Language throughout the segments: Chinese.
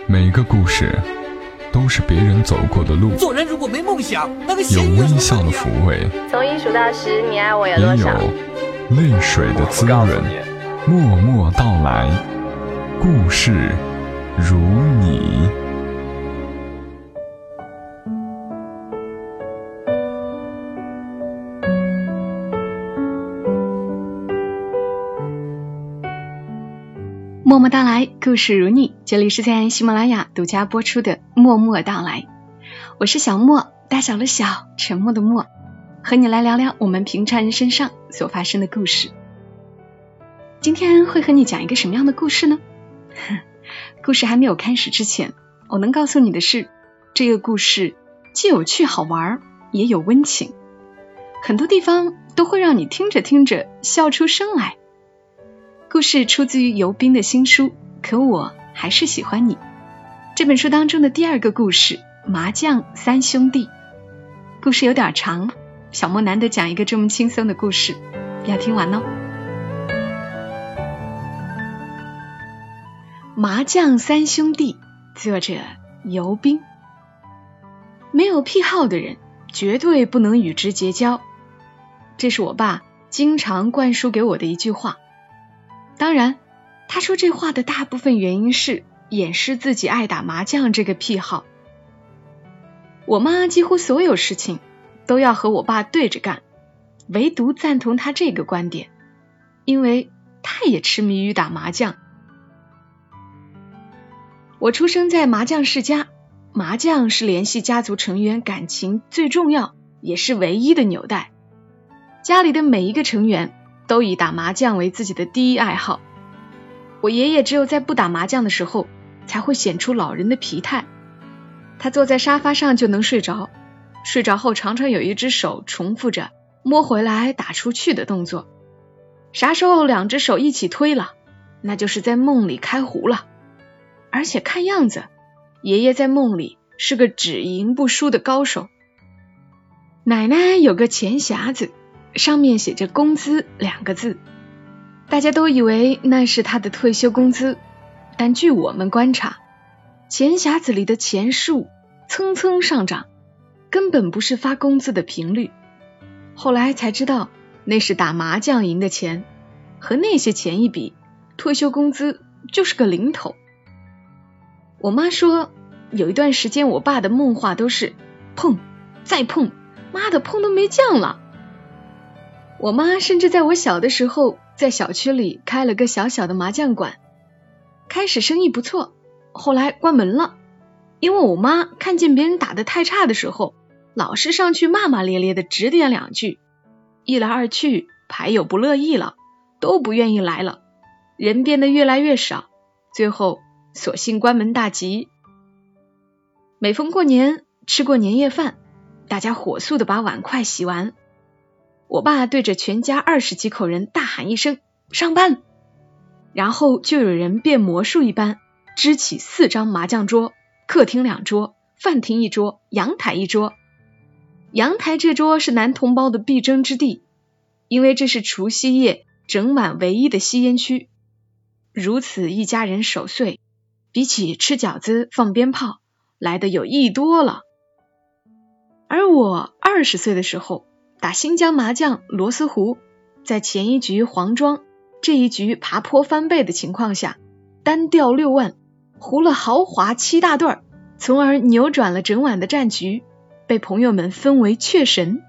每个故事都是别人走过的路， 做人如果没梦想，那个有微笑的抚慰， 从1数到10，你爱我有多少？ 也有泪水的滋润。默默到来，故事如你。 默默到来，故事如你。这里是在喜马拉雅独家播出的默默到来，我是小默，大小的小，沉默的默，和你来聊聊我们平常人身上所发生的故事。今天会和你讲一个什么样的故事呢？故事还没有开始之前，我能告诉你的是，这个故事既有趣好玩，也有温情，很多地方都会让你听着听着笑出声来。故事出自于尤斌的新书《可我还是喜欢你》，这本书当中的第二个故事，麻将三兄弟。故事有点长，小莫难得讲一个这么轻松的故事，要听完哦。麻将三兄弟，作者尤斌。没有癖好的人绝对不能与之结交，这是我爸经常灌输给我的一句话。当然，他说这话的大部分原因是掩饰自己爱打麻将这个癖好。我妈几乎所有事情都要和我爸对着干，唯独赞同他这个观点，因为他也痴迷于打麻将。我出生在麻将世家，麻将是联系家族成员感情最重要也是唯一的纽带。家里的每一个成员都以打麻将为自己的第一爱好。我爷爷只有在不打麻将的时候才会显出老人的疲态，他坐在沙发上就能睡着，睡着后常常有一只手重复着摸回来打出去的动作，啥时候两只手一起推了，那就是在梦里开胡了。而且看样子爷爷在梦里是个只赢不输的高手。奶奶有个钱匣子，上面写着工资2个字，大家都以为那是他的退休工资，但据我们观察，钱匣子里的钱数蹭蹭上涨，根本不是发工资的频率。后来才知道那是打麻将赢的钱，和那些钱一比，退休工资就是个零头。我妈说有一段时间我爸的梦话都是碰再碰，妈的碰都没将了。我妈甚至在我小的时候在小区里开了个小小的麻将馆，开始生意不错，后来关门了，因为我妈看见别人打得太差的时候，老是上去骂骂咧咧的指点2句，一来二去牌友不乐意了，都不愿意来了，人变得越来越少，最后索性关门大吉。每逢过年吃过年夜饭，大家火速的把碗筷洗完，我爸对着全家20几口人大喊一声上班，然后就有人变魔术一般支起4张麻将桌，客厅2桌，饭厅1桌，阳台1桌。阳台这桌是男同胞的必争之地，因为这是除夕夜整晚唯一的吸烟区。如此一家人守岁，比起吃饺子放鞭炮来的有意多了。而我20岁的时候打新疆麻将螺丝胡，在前一局黄庄，这一局爬坡翻倍的情况下，单调6万，胡了豪华7大对，从而扭转了整晚的战局，被朋友们封为雀神。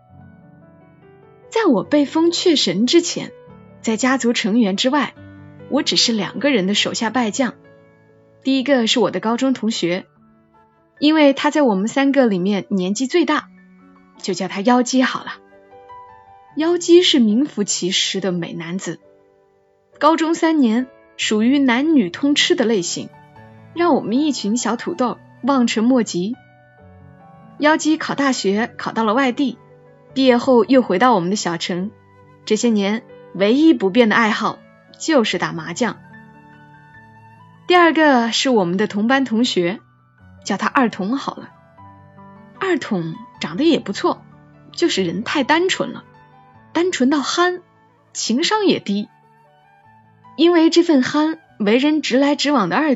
在我被封雀神之前，在家族成员之外，我只是2个人的手下败将。第一个是我的高中同学，因为他在我们3个里面年纪最大，就叫他妖姬好了。妖姬是名副其实的美男子，高中3年属于男女通吃的类型，让我们一群小土豆望尘莫及。妖姬考大学考到了外地，毕业后又回到我们的小城，这些年唯一不变的爱好就是打麻将。第二个是我们的同班同学，叫他二筒好了。二筒长得也不错，就是人太单纯了，单纯到憨，情商也低。因为这份憨，为人直来直往的二筒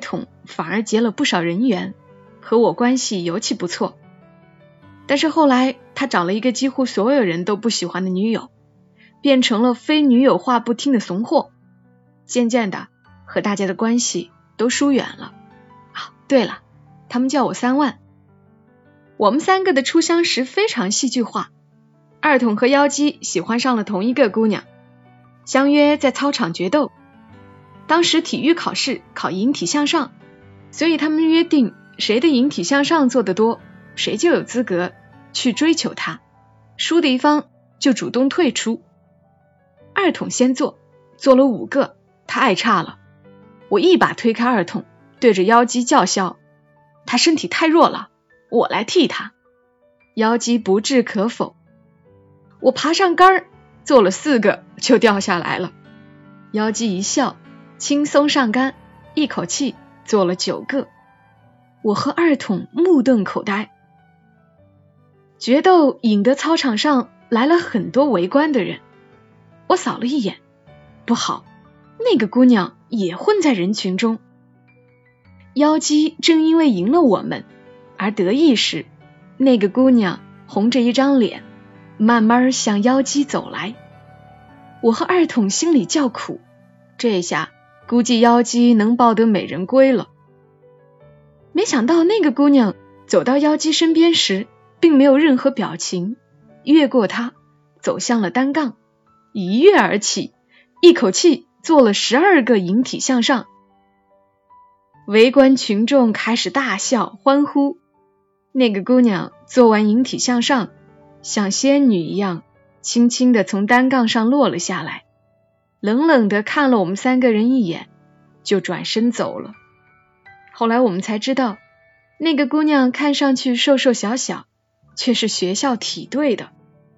反而结了不少人缘，和我关系尤其不错。但是后来他找了一个几乎所有人都不喜欢的女友，变成了非女友话不听的怂货，渐渐的和大家的关系都疏远了。对了，他们叫我3万。我们3个的初相识非常戏剧化，二筒和妖姬喜欢上了同一个姑娘，相约在操场决斗。当时体育考试考引体向上，所以他们约定谁的引体向上做得多，谁就有资格去追求他，输的一方就主动退出。二筒先做了5个，他爱差了，我一把推开二筒，对着妖姬叫嚣，他身体太弱了，我来替他。妖姬不置可否，我爬上杆做了4个就掉下来了。妖姬一笑，轻松上杆，一口气做了9个。我和二筒目瞪口呆。决斗引得操场上来了很多围观的人，我扫了一眼，不好，那个姑娘也混在人群中。妖姬正因为赢了我们而得意时，那个姑娘红着一张脸，慢慢向妖姬走来。我和二筒心里叫苦，这下估计妖姬能抱得美人归了。没想到那个姑娘走到妖姬身边时，并没有任何表情，越过她走向了单杠，一跃而起，一口气做了12个引体向上。围观群众开始大笑欢呼。那个姑娘做完引体向上，像仙女一样轻轻地从单杠上落了下来，冷冷地看了我们3个人一眼，就转身走了。后来我们才知道，那个姑娘看上去瘦瘦小小，却是学校体队的。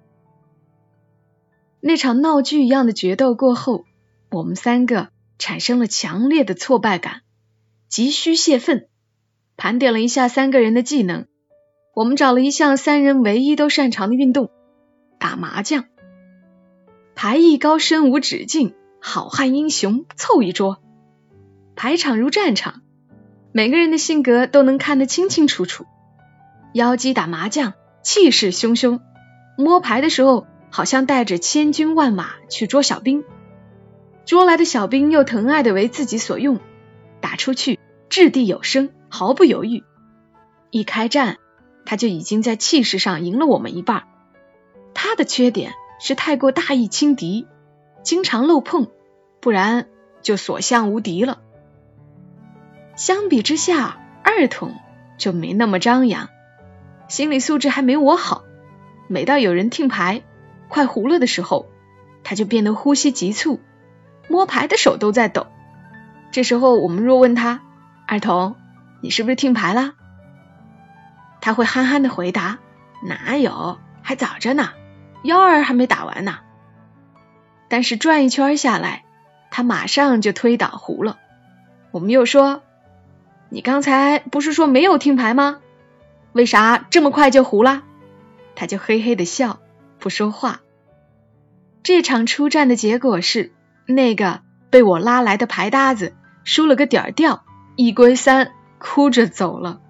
那场闹剧一样的决斗过后，我们3个产生了强烈的挫败感，急需泄愤。盘点了一下3个人的技能，我们找了一项3人唯一都擅长的运动，打麻将。牌艺高深无止境，好汉英雄凑一桌。牌场如战场，每个人的性格都能看得清清楚楚。妖姬打麻将气势汹汹，摸牌的时候好像带着千军万马去捉小兵，捉来的小兵又疼爱的为自己所用，打出去掷地有声，毫不犹豫。一开战他就已经在气势上赢了我们一半。他的缺点是太过大意轻敌，经常漏碰，不然就所向无敌了。相比之下，二筒就没那么张扬，心理素质还没我好。每到有人听牌快糊了的时候，他就变得呼吸急促，摸牌的手都在抖。这时候我们若问他，二筒，你是不是听牌了？他会憨憨的回答，哪有，还早着呢，幺儿还没打完呢。但是转一圈下来，他马上就推倒糊了。我们又说，你刚才不是说没有听牌吗？为啥这么快就糊了？他就嘿嘿的笑，不说话。这场出战的结果是，那个被我拉来的牌搭子输了个点调，1归3，哭着走了。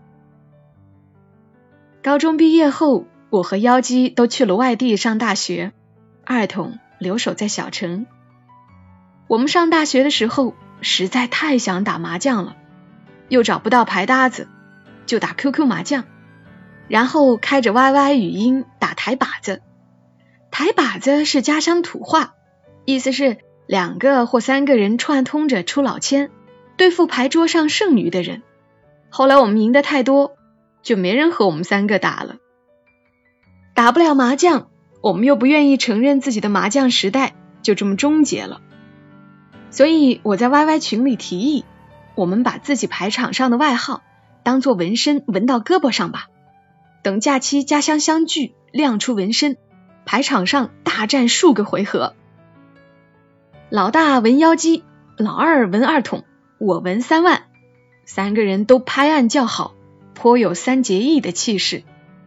高中毕业后，我和妖姬都去了外地上大学，二筒留守在小城。我们上大学的时候实在太想打麻将了，又找不到牌搭子，就打 QQ 麻将，然后开着 YY 语音打台把子。台把子是家乡土话，意思是2个或3个人串通着出老千，对付牌桌上剩余的人。后来我们赢得太多，就没人和我们3个打了。打不了麻将，我们又不愿意承认自己的麻将时代就这么终结了。所以我在 YY 群里提议，我们把自己牌场上的外号当作纹身纹到胳膊上吧，等假期家乡相聚，亮出纹身，牌场上大战数个回合。老大纹妖姬，老二纹二筒，我纹3万，3个人都拍案叫好，颇有3结义的气势。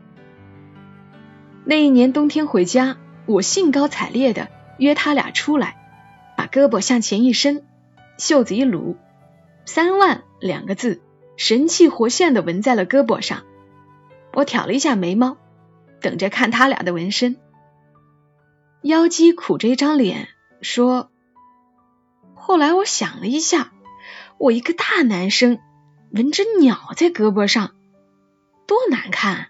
那一年冬天回家，我兴高采烈地约他俩出来，把胳膊向前一伸，袖子一撸，3万2个字神气活现地纹在了胳膊上。我挑了一下眉毛，等着看他俩的纹身。妖姬苦着一张脸说，后来我想了一下，我一个大男生纹只鸟在胳膊上，多难看。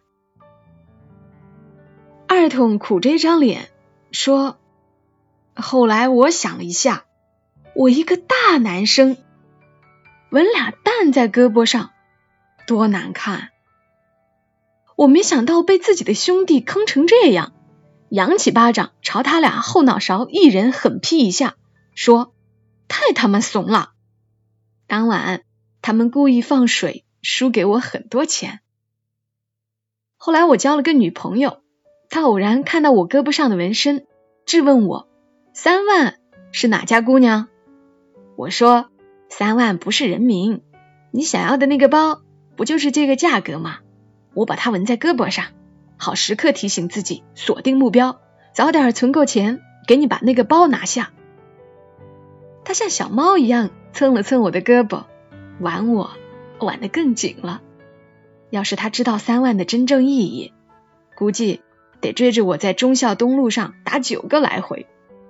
二筒苦着一张脸说，后来我想了一下，我一个大男生纹俩蛋在胳膊上，多难看。我没想到被自己的兄弟坑成这样，扬起巴掌朝他俩后脑勺一人狠劈一下，说太他妈怂了。当晚他们故意放水，输给我很多钱。后来我交了个女朋友，她偶然看到我胳膊上的纹身，质问我3万是哪家姑娘？我说3万不是人名，你想要的那个包不就是这个价格吗？我把它纹在胳膊上，好时刻提醒自己锁定目标，早点存够钱给你把那个包拿下。他像小猫一样蹭了蹭我的胳膊，玩我玩得更紧了。要是他知道3万的真正意义，估计得追着我在忠孝东路上打9个来回。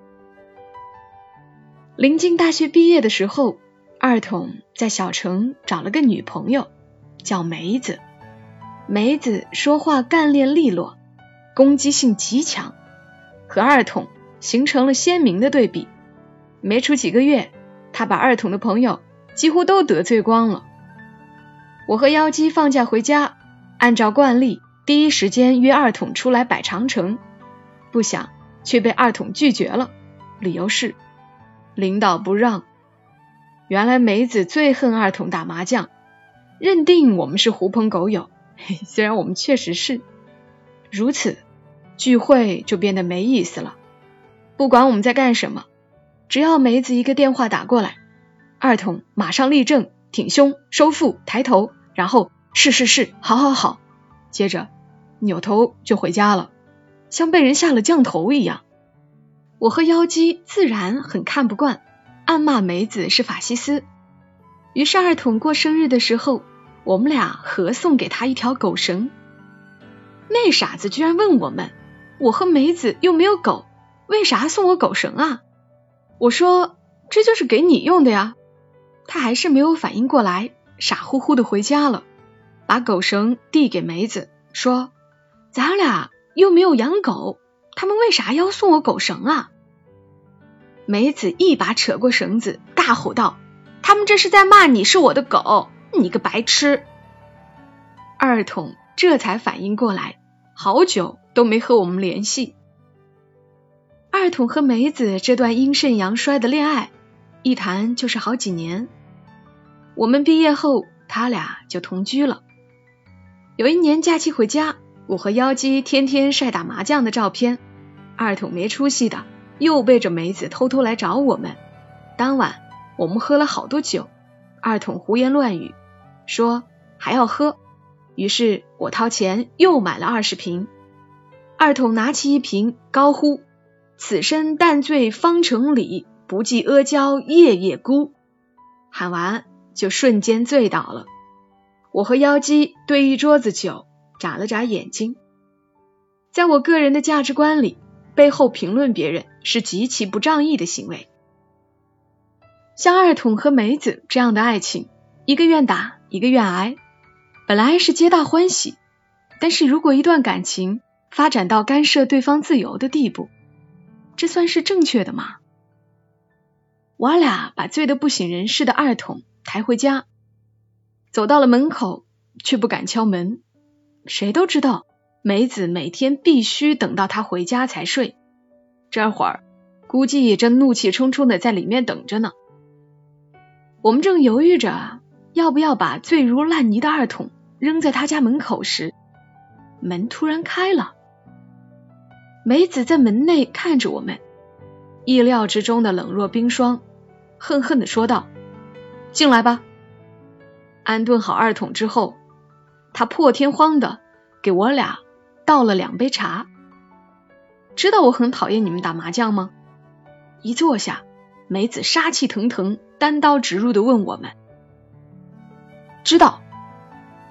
临近大学毕业的时候，二筒在小城找了个女朋友，叫梅子。梅子说话干练利落，攻击性极强，和二筒形成了鲜明的对比。没出几个月，他把二筒的朋友几乎都得罪光了。我和妖姬放假回家，按照惯例第一时间约二筒出来摆长城，不想却被二筒拒绝了，理由是领导不让。原来梅子最恨二筒打麻将，认定我们是狐朋狗友，虽然我们确实是。如此，聚会就变得没意思了。不管我们在干什么，只要梅子一个电话打过来，二筒马上立正，挺胸收腹抬头，然后是，好好好，接着扭头就回家了，像被人下了降头一样。我和妖姬自然很看不惯，暗骂梅子是法西斯。于是二筒过生日的时候，我们俩合送给他一条狗绳。那傻子居然问我们，我和梅子又没有狗，为啥送我狗绳啊？我说这就是给你用的呀。他还是没有反应过来，傻乎乎的回家了，把狗绳递给梅子，说咱俩又没有养狗，他们为啥要送我狗绳啊？梅子一把扯过绳子，大吼道，他们这是在骂你是我的狗，你个白痴。二筒这才反应过来，好久都没和我们联系。二筒和梅子这段阴盛阳衰的恋爱，一谈就是好几年。我们毕业后，他俩就同居了。有一年假期回家，我和妖姬天天晒打麻将的照片，二筒没出息的又背着梅子偷偷来找我们。当晚我们喝了好多酒，二筒胡言乱语，说还要喝，于是我掏钱又买了20瓶。二筒拿起一瓶，高呼此身淡醉方成礼，不计阿胶夜夜孤，喊完就瞬间醉倒了。我和妖姬对一桌子酒，眨了眨眼睛。在我个人的价值观里，背后评论别人是极其不仗义的行为。像二筒和梅子这样的爱情，一个愿打一个愿挨，本来是皆大欢喜，但是如果一段感情发展到干涉对方自由的地步，这算是正确的吗？我俩把醉得不省人事的二筒抬回家，走到了门口，却不敢敲门。谁都知道梅子每天必须等到他回家才睡，这会儿估计也正怒气冲冲的在里面等着呢。我们正犹豫着要不要把醉如烂泥的二筒扔在他家门口时，门突然开了。梅子在门内看着我们，意料之中的冷若冰霜，恨恨地说道，进来吧。安顿好二筒之后，他破天荒的给我俩倒了2杯茶。知道我很讨厌你们打麻将吗？一坐下，梅子杀气腾腾，单刀直入的问我们。知道，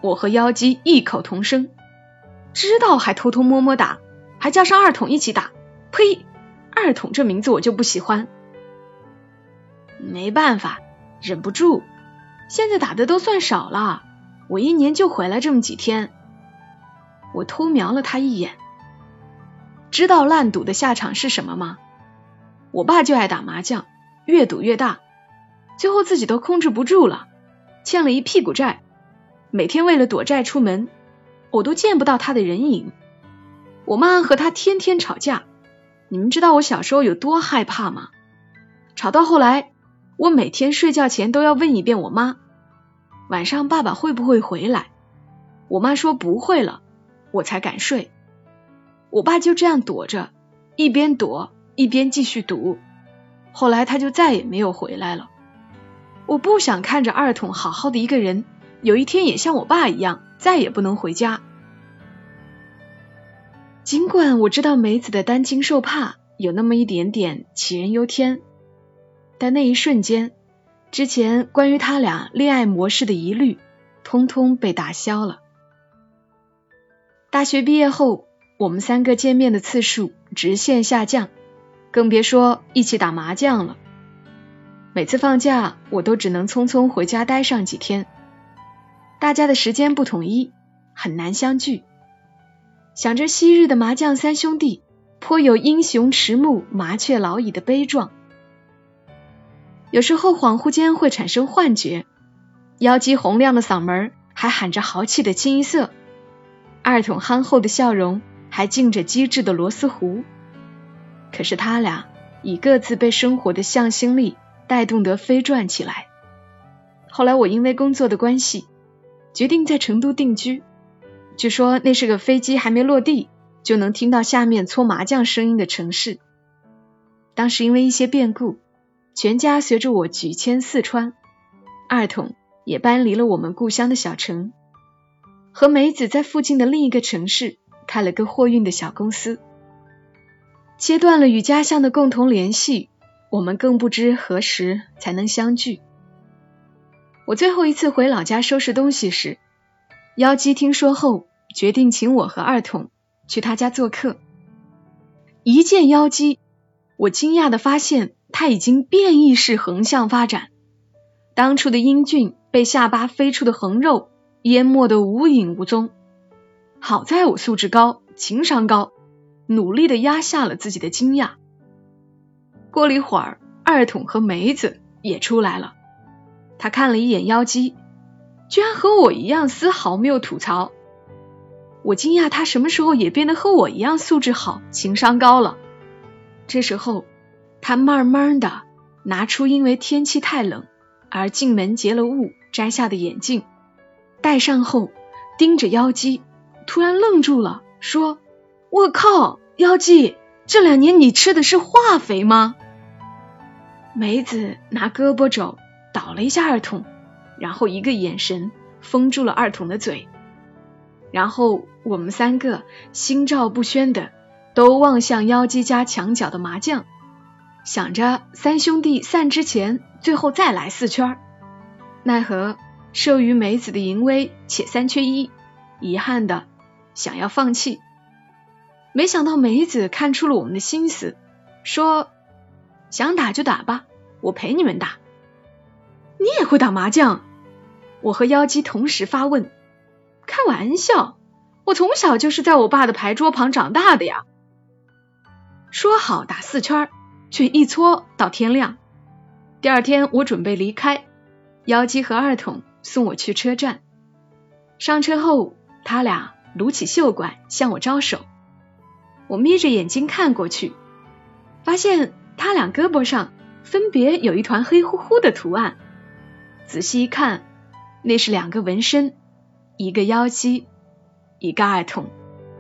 我和妖姬异口同声，知道还偷偷摸摸打，还叫上二筒一起打。呸，二筒这名字我就不喜欢。没办法，忍不住，现在打的都算少了，我1年就回来这么几天。我偷瞄了他一眼，知道烂赌的下场是什么吗？我爸就爱打麻将，越赌越大，最后自己都控制不住了，欠了一屁股债，每天为了躲债出门，我都见不到他的人影。我妈和他天天吵架，你们知道我小时候有多害怕吗？吵到后来，我每天睡觉前都要问一遍我妈，晚上爸爸会不会回来？我妈说不会了，我才敢睡。我爸就这样躲着，一边躲一边继续赌，后来他就再也没有回来了。我不想看着二筒好好的一个人，有一天也像我爸一样再也不能回家。尽管我知道梅子的担惊受怕有那么一点点杞人忧天，但那一瞬间，之前关于他俩恋爱模式的疑虑通通被打消了。大学毕业后，我们3个见面的次数直线下降，更别说一起打麻将了。每次放假，我都只能匆匆回家待上几天。大家的时间不统一，很难相聚。想着昔日的麻将3兄弟，颇有英雄迟暮麻雀老矣的悲壮。有时候恍惚间会产生幻觉，妖姬洪亮的嗓门还喊着豪气的清一色，二筒憨厚的笑容还浸着机智的螺丝壶。可是他俩已各自被生活的向心力带动得飞转起来。后来我因为工作的关系，决定在成都定居。据说那是个飞机还没落地就能听到下面搓麻将声音的城市。当时因为一些变故，全家随着我举迁四川，二筒也搬离了我们故乡的小城，和梅子在附近的另一个城市开了个货运的小公司。切断了与家乡的共同联系，我们更不知何时才能相聚。我最后一次回老家收拾东西时，妖姬听说后决定请我和二筒去他家做客。一见妖姬，我惊讶地发现他已经变异式横向发展，当初的英俊被下巴飞出的横肉淹没得无影无踪。好在我素质高，情商高，努力地压下了自己的惊讶。过了一会儿，二筒和梅子也出来了。他看了一眼妖姬，居然和我一样丝毫没有吐槽。我惊讶他什么时候也变得和我一样素质好，情商高了。这时候他慢慢地拿出因为天气太冷而进门结了雾摘下的眼镜，戴上后盯着妖姬，突然愣住了，说：我靠，妖姬，这2年你吃的是化肥吗？梅子拿胳膊肘倒了一下二筒，然后一个眼神封住了二筒的嘴。然后我们3个心照不宣的都望向妖姬家墙角的麻将，想着3兄弟散之前最后再来4圈。奈何受于梅子的淫威且3缺1，遗憾的想要放弃。没想到梅子看出了我们的心思，说：想打就打吧，我陪你们打。你也会打麻将？我和妖姬同时发问。开玩笑，我从小就是在我爸的牌桌旁长大的呀。说好打4圈，却一搓到天亮。第二天我准备离开，妖姬和二筒送我去车站。上车后，他俩撸起袖管向我招手。我眯着眼睛看过去，发现他俩胳膊上分别有一团黑乎乎的图案。仔细一看，那是2个纹身，一个妖姬，一个二筒。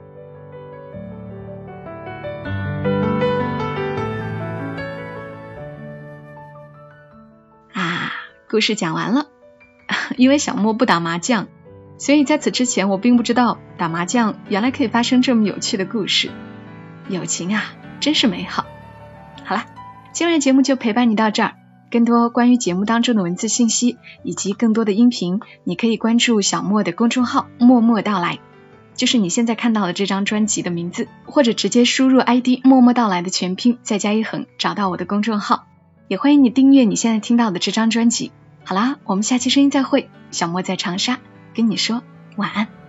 故事讲完了。因为小莫不打麻将，所以在此之前我并不知道打麻将原来可以发生这么有趣的故事。友情啊，真是美好。好了，今晚的节目就陪伴你到这儿， 更多关于节目当中的文字信息以及更多的音频，你可以关注小莫的公众号默默到来，就是你现在看到的这张专辑的名字，或者直接输入 ID 默默到来的全拼再加一横，找到我的公众号。也欢迎你订阅你现在听到的这张专辑。好啦，我们下期声音再会，小莫在长沙跟你说晚安。